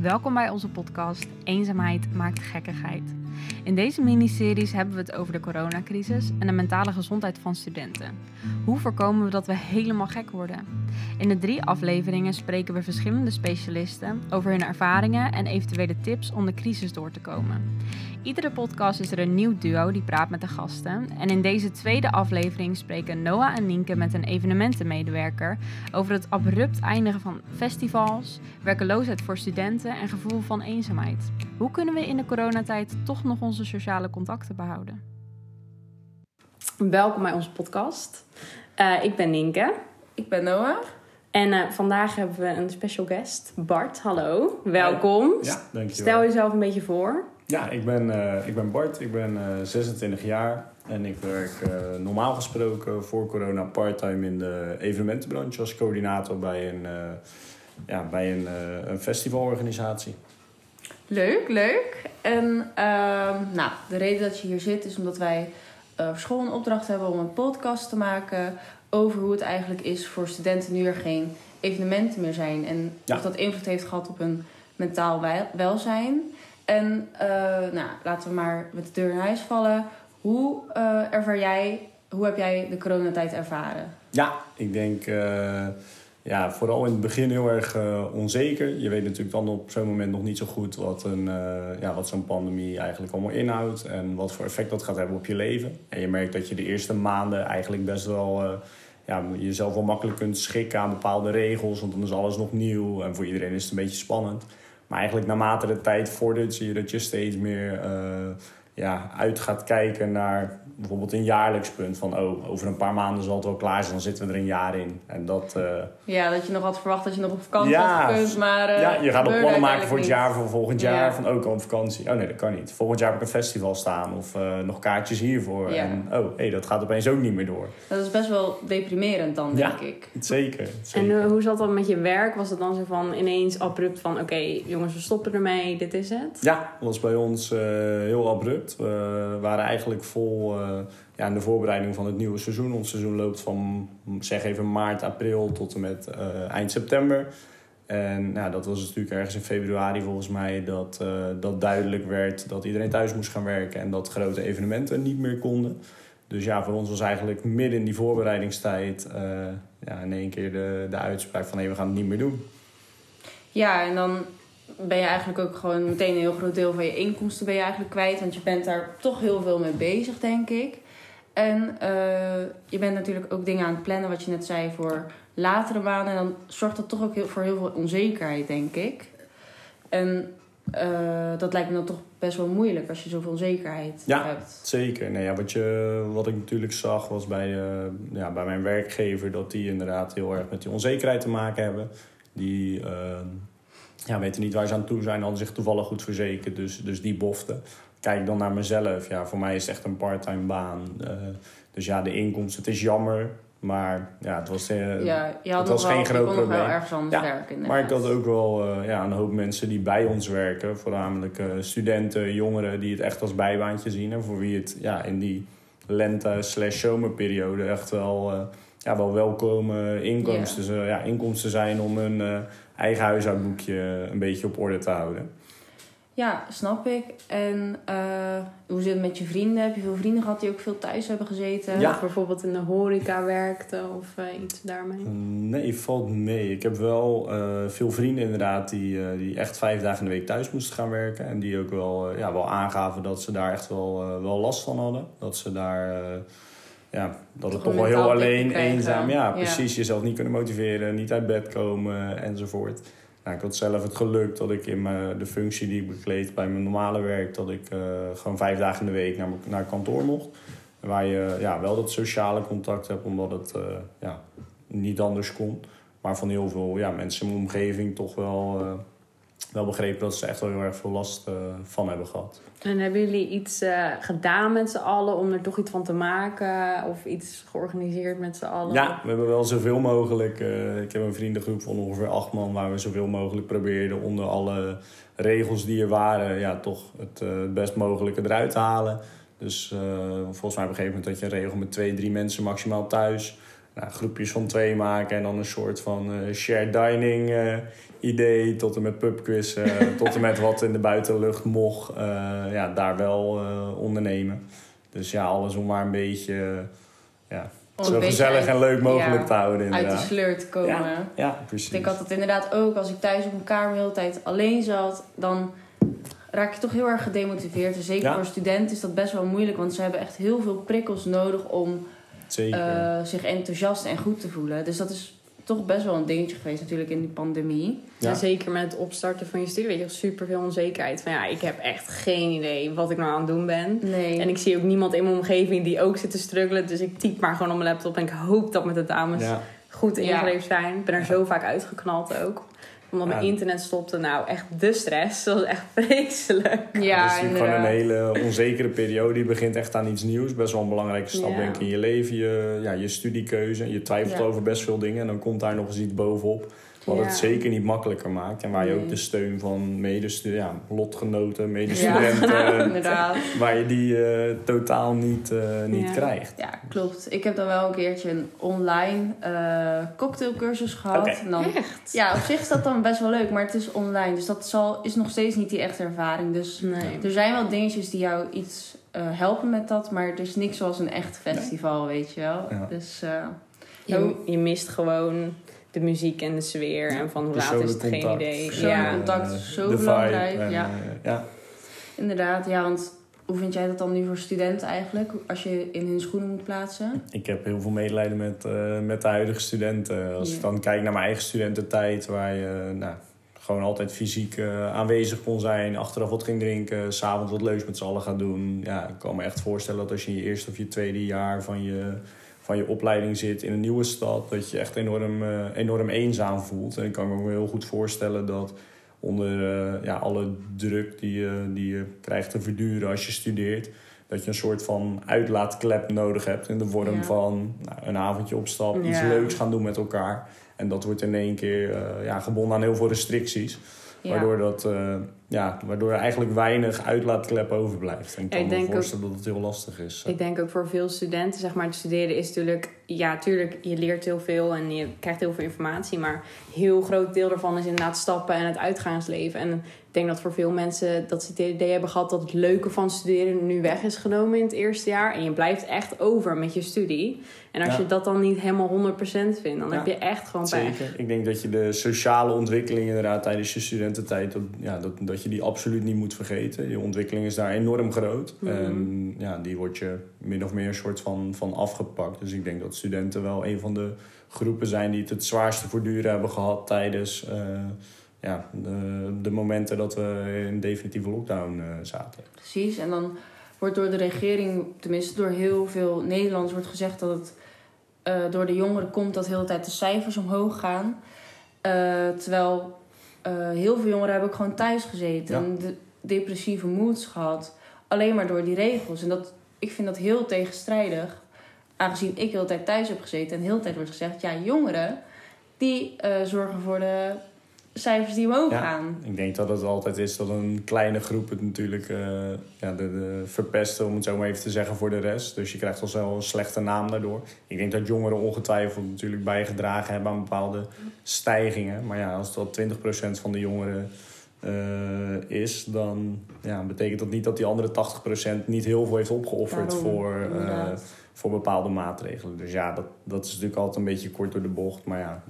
Welkom bij onze podcast Eenzaamheid maakt gekkigheid. In deze miniseries hebben we het over de coronacrisis en de mentale gezondheid van studenten. Hoe voorkomen we dat we helemaal gek worden? In de 3 afleveringen spreken we verschillende specialisten over hun ervaringen en eventuele tips om de crisis door te komen. Iedere podcast is er een nieuw duo die praat met de gasten. En in deze tweede aflevering spreken Noah en Nienke met een evenementenmedewerker over het abrupt eindigen van festivals, werkeloosheid voor studenten en gevoel van eenzaamheid. Hoe kunnen we in de coronatijd toch nog onze sociale contacten behouden? Welkom bij onze podcast. Ik ben Nienke. Ik ben Noah. En vandaag hebben we een special guest, Bart. Hallo, welkom. Ja, dankjewel. Stel jezelf een beetje voor. Ja, ik ben Bart, ik ben 26 jaar en ik werk normaal gesproken voor corona parttime in de evenementenbranche als coördinator bij een festivalorganisatie. Leuk. En de reden dat je hier zit is omdat wij voor school een opdracht hebben om een podcast te maken over hoe het eigenlijk is voor studenten nu er geen evenementen meer zijn. En of dat invloed heeft gehad op hun mentaal welzijn. En laten we maar met de deur in huis vallen. Hoe heb jij de coronatijd ervaren? Ja, ik denk vooral in het begin heel erg onzeker. Je weet natuurlijk dan op zo'n moment nog niet zo goed wat zo'n pandemie eigenlijk allemaal inhoudt. En wat voor effect dat gaat hebben op je leven. En je merkt dat je de eerste maanden eigenlijk best wel jezelf wel makkelijk kunt schikken aan bepaalde regels. Want dan is alles nog nieuw en voor iedereen is het een beetje spannend. Maar eigenlijk naarmate de tijd vordert zie je dat je steeds meer uit gaat kijken naar bijvoorbeeld een jaarlijks punt. Van over een paar maanden zal het wel klaar zijn, dan zitten we er een jaar in. En dat... dat je nog had verwacht dat je nog op vakantie had gekund, maar... je gaat ook plannen maken voor het jaar, voor volgend jaar. Van ook op vakantie. Oh nee, dat kan niet. Volgend jaar heb ik een festival staan of nog kaartjes hiervoor. Ja. En dat gaat opeens ook niet meer door. Dat is best wel deprimerend dan, denk ik. Zeker. En hoe zat dat met je werk? Was het dan zo van ineens abrupt van oké, jongens, we stoppen ermee, dit is het? Ja, dat was bij ons heel abrupt. We waren eigenlijk vol in de voorbereiding van het nieuwe seizoen. Ons seizoen loopt van zeg even maart, april tot en met eind september. En dat was natuurlijk ergens in februari volgens mij dat duidelijk werd dat iedereen thuis moest gaan werken en dat grote evenementen niet meer konden. Dus voor ons was eigenlijk midden in die voorbereidingstijd in één keer de uitspraak van we gaan het niet meer doen. Ja, en dan ben je eigenlijk ook gewoon meteen een heel groot deel van je inkomsten ben je eigenlijk kwijt. Want je bent daar toch heel veel mee bezig, denk ik. En je bent natuurlijk ook dingen aan het plannen, wat je net zei, voor latere maanden. En dan zorgt dat toch ook voor heel veel onzekerheid, denk ik. En dat lijkt me dan toch best wel moeilijk als je zoveel onzekerheid hebt. Zeker. Nee, wat ik natuurlijk zag was bij mijn werkgever dat die inderdaad heel erg met die onzekerheid te maken hebben. Die weten niet waar ze aan toe zijn, hadden zich toevallig goed verzekerd, dus die boften. Kijk dan naar mezelf. Ja, voor mij is het echt een parttime baan. Dus de inkomsten, het is jammer. Maar het was, het was geen groot probleem. Wel ergens anders werken. Maar ik had ook wel een hoop mensen die bij ons werken. Voornamelijk studenten, jongeren die het echt als bijbaantje zien. En voor wie het in die lente/zomerperiode echt wel welkome inkomsten zijn om hun eigen huishoudboekje een beetje op orde te houden. Ja, snap ik. En hoe zit het met je vrienden? Heb je veel vrienden gehad die ook veel thuis hebben gezeten? Ja. Of bijvoorbeeld in de horeca werkten of iets daarmee? Nee, valt mee. Ik heb wel veel vrienden inderdaad die echt 5 dagen in de week thuis moesten gaan werken. En die ook wel aangaven dat ze daar echt wel last van hadden. Dat ze daar... dat het toch wel heel alleen, eenzaam... Ja, precies. Jezelf niet kunnen motiveren, niet uit bed komen enzovoort. Ik had zelf het geluk dat ik in de functie die ik bekleed bij mijn normale werk, dat ik gewoon 5 dagen in de week naar kantoor mocht. Waar je wel dat sociale contact hebt, omdat het niet anders kon. Maar van heel veel mensen in mijn omgeving toch wel begrepen dat ze echt wel heel erg veel last van hebben gehad. En hebben jullie iets gedaan met z'n allen om er toch iets van te maken? Of iets georganiseerd met z'n allen? Ja, we hebben wel zoveel mogelijk. Ik heb een vriendengroep van ongeveer 8 man... waar we zoveel mogelijk probeerden onder alle regels die er waren... toch het best mogelijke eruit te halen. Dus volgens mij op een gegeven moment had je een regel met 2-3 mensen maximaal thuis... groepjes van 2 maken en dan een soort van shared dining idee tot en met pubquiz, tot en met wat in de buitenlucht mocht, daar wel ondernemen. Dus ja, alles om maar een beetje zo gezellig en leuk mogelijk te houden inderdaad. Uit de sleur te komen. Ja, precies. Ik had dat inderdaad ook als ik thuis op mijn kamer de hele tijd alleen zat, dan raak je toch heel erg gedemotiveerd. En zeker voor studenten is dat best wel moeilijk, want ze hebben echt heel veel prikkels nodig om zich enthousiast en goed te voelen. Dus dat is toch best wel een dingetje geweest natuurlijk in die pandemie. Ja, zeker met het opstarten van je studie. Weet je, super veel onzekerheid. Van ik heb echt geen idee wat ik nou aan het doen ben. Nee. En ik zie ook niemand in mijn omgeving die ook zit te struggelen. Dus ik typ maar gewoon op mijn laptop en ik hoop dat mijn tentamens goed ingeleefd zijn. Ik ben er zo vaak uitgeknald ook. Omdat mijn internet stopte. Nou, echt de stress. Dat was echt vreselijk. Ja, het is natuurlijk gewoon een hele onzekere periode. Je begint echt aan iets nieuws. Best wel een belangrijke stap denk ik in je leven. Je studiekeuze. Je twijfelt over best veel dingen. En dan komt daar nog eens iets bovenop. Wat het zeker niet makkelijker maakt. En waar je ook de steun van lotgenoten, medestudenten... inderdaad. Waar je die totaal niet krijgt. Ja, klopt. Ik heb dan wel een keertje een online cocktailcursus gehad. Okay. En dan, echt? Ja, op zich is dat dan best wel leuk. Maar het is online. Dus dat is nog steeds niet die echte ervaring. Dus er zijn wel dingetjes die jou iets helpen met dat. Maar er is niks zoals een echt festival, weet je wel. Ja. Dus je mist gewoon de muziek en de sfeer en van hoe laat is het, geen idee. Persoonlijk contact is zo belangrijk. Inderdaad, want hoe vind jij dat dan nu voor studenten eigenlijk? Als je in hun schoenen moet plaatsen? Ik heb heel veel medelijden met de huidige studenten. Als ik dan kijk naar mijn eigen studententijd, waar je gewoon altijd fysiek aanwezig kon zijn, achteraf wat ging drinken, 's avonds wat leuks met z'n allen gaan doen. Ja, ik kan me echt voorstellen dat als je in je eerste of je tweede jaar van je opleiding zit in een nieuwe stad, dat je echt enorm eenzaam voelt. En ik kan me ook heel goed voorstellen dat onder alle druk die je krijgt te verduren als je studeert, dat je een soort van uitlaatklep nodig hebt in de vorm van een avondje op stap, iets leuks gaan doen met elkaar. En dat wordt in één keer gebonden aan heel veel restricties. Ja. Waardoor er eigenlijk weinig uitlaatklep overblijft. En ik kan me voorstellen dat het heel lastig is. Ik denk ook voor veel studenten, zeg maar, het studeren is natuurlijk... Ja, tuurlijk, je leert heel veel en je krijgt heel veel informatie. Maar een heel groot deel daarvan is inderdaad stappen en het uitgaansleven. En ik denk dat voor veel mensen dat ze het idee hebben gehad dat het leuke van studeren nu weg is genomen in het eerste jaar. En je blijft echt over met je studie. En als je dat dan niet helemaal 100% vindt, dan heb je echt gewoon pech. Zeker. Ik denk dat je de sociale ontwikkeling inderdaad tijdens je studententijd, dat je die absoluut niet moet vergeten. Je ontwikkeling is daar enorm groot. En die wordt je min of meer een soort van afgepakt. Dus ik denk dat studenten wel een van de groepen zijn die het zwaarste voortduren hebben gehad tijdens de momenten dat we in definitieve lockdown zaten. Precies, en dan wordt door de regering, tenminste door heel veel Nederlanders, wordt gezegd dat het door de jongeren komt dat de hele tijd de cijfers omhoog gaan. Terwijl heel veel jongeren hebben ook gewoon thuis gezeten en depressieve moods gehad. Alleen maar door die regels. En ik vind dat heel tegenstrijdig. Aangezien ik de hele tijd thuis heb gezeten en de hele tijd wordt gezegd, jongeren die zorgen voor de cijfers die omhoog gaan. Ik denk dat het altijd is dat een kleine groep het natuurlijk de verpesten, om het zo maar even te zeggen, voor de rest. Dus je krijgt al zo een slechte naam daardoor. Ik denk dat jongeren ongetwijfeld natuurlijk bijgedragen hebben aan bepaalde stijgingen. Maar als dat 20% van de jongeren is, dan betekent dat niet dat die andere 80% niet heel veel heeft opgeofferd voor bepaalde maatregelen. Dus dat is natuurlijk altijd een beetje kort door de bocht. Maar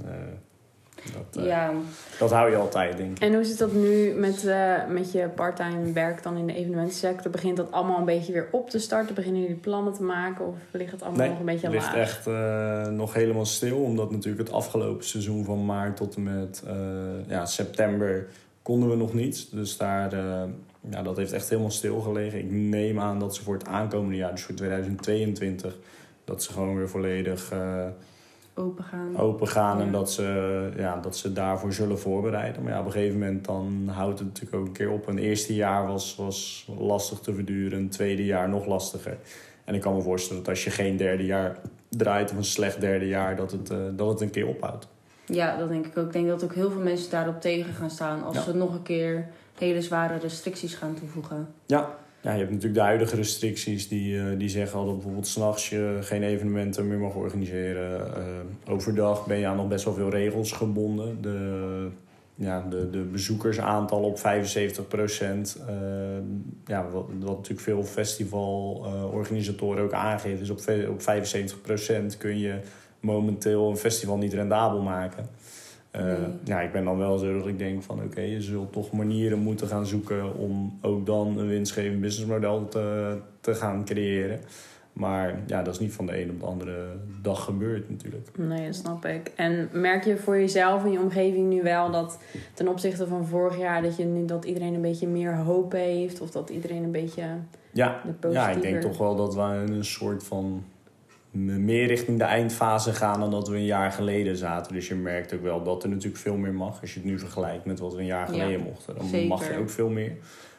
dat hou je altijd, denk ik. En hoe zit dat nu met je parttime werk dan in de evenementensector? Begint dat allemaal een beetje weer op te starten? Beginnen jullie plannen te maken? Of ligt het allemaal nog een beetje laag? Nee, het ligt echt nog helemaal stil. Omdat natuurlijk het afgelopen seizoen van maart tot en met september konden we nog niet. Dus dat heeft echt helemaal stilgelegen. Ik neem aan dat ze voor het aankomende jaar, dus voor 2022... dat ze gewoon weer volledig open gaan en dat ze daarvoor zullen voorbereiden. Maar op een gegeven moment dan houdt het natuurlijk ook een keer op. Een eerste jaar was lastig te verduren, een tweede jaar nog lastiger. En ik kan me voorstellen dat als je geen derde jaar draait of een slecht derde jaar, dat het een keer ophoudt. Ja, dat denk ik ook. Ik denk dat ook heel veel mensen daarop tegen gaan staan als ze nog een keer hele zware restricties gaan toevoegen. Ja, Ja, je hebt natuurlijk de huidige restricties die zeggen al dat bijvoorbeeld 's nachts je geen evenementen meer mag organiseren. Overdag ben je aan nog best wel veel regels gebonden. De bezoekersaantal op 75%. Wat natuurlijk veel festivalorganisatoren ook aangeven. Dus op 75% kun je momenteel een festival niet rendabel maken. Ik ben dan wel zo dat ik denk van oké, je zult toch manieren moeten gaan zoeken om ook dan een winstgevend businessmodel te gaan creëren. Maar ja, dat is niet van de een op de andere dag gebeurd natuurlijk. Nee, dat snap ik. En merk je voor jezelf en je omgeving nu wel dat ten opzichte van vorig jaar dat iedereen een beetje meer hoop heeft? Of dat iedereen een beetje ik denk toch wel dat we een soort van meer richting de eindfase gaan dan dat we een jaar geleden zaten. Dus je merkt ook wel dat er natuurlijk veel meer mag. Als je het nu vergelijkt met wat we een jaar geleden mochten, dan zeker. Mag je ook veel meer.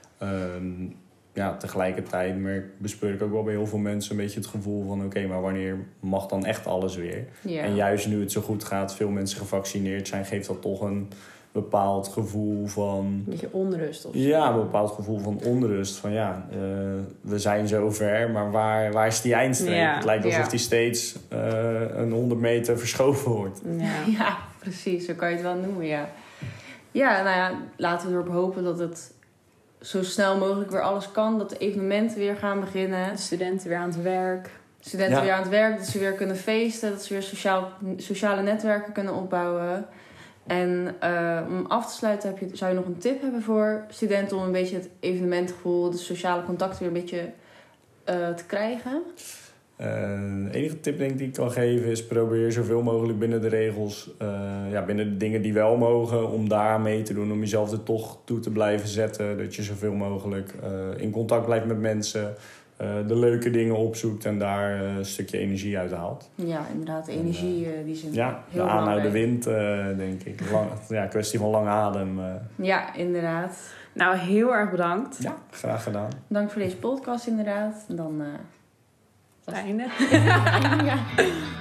Tegelijkertijd bespeur ik ook wel bij heel veel mensen een beetje het gevoel van oké, maar wanneer mag dan echt alles weer? Ja. En juist nu het zo goed gaat, veel mensen gevaccineerd zijn, geeft dat toch een bepaald gevoel van... Een beetje onrust of zo. Ja, een bepaald gevoel van onrust. Van we zijn zo ver, maar waar is die eindstreep? Ja. Het lijkt alsof die steeds een 100 meter verschoven wordt. Ja, precies. Zo kan je het wel noemen, ja. Ja, laten we erop hopen dat het zo snel mogelijk weer alles kan. Dat de evenementen weer gaan beginnen. De studenten weer aan het werk. Weer aan het werk, dat ze weer kunnen feesten. Dat ze weer sociale netwerken kunnen opbouwen. En om af te sluiten zou je nog een tip hebben voor studenten om een beetje het evenementgevoel, de sociale contacten weer een beetje te krijgen? De enige tip denk ik die ik kan geven is probeer zoveel mogelijk binnen de regels, binnen de dingen die wel mogen, om daar aan mee te doen. Om jezelf er toch toe te blijven zetten. Dat je zoveel mogelijk in contact blijft met mensen. De leuke dingen opzoekt en daar een stukje energie uit haalt. Ja, inderdaad. Energie die is heel de belangrijk. aanhouden wind, denk ik. Kwestie van lange adem. Ja, inderdaad. Nou, heel erg bedankt. Ja, graag gedaan. Dank voor deze podcast, inderdaad. Dan... Einde. ja.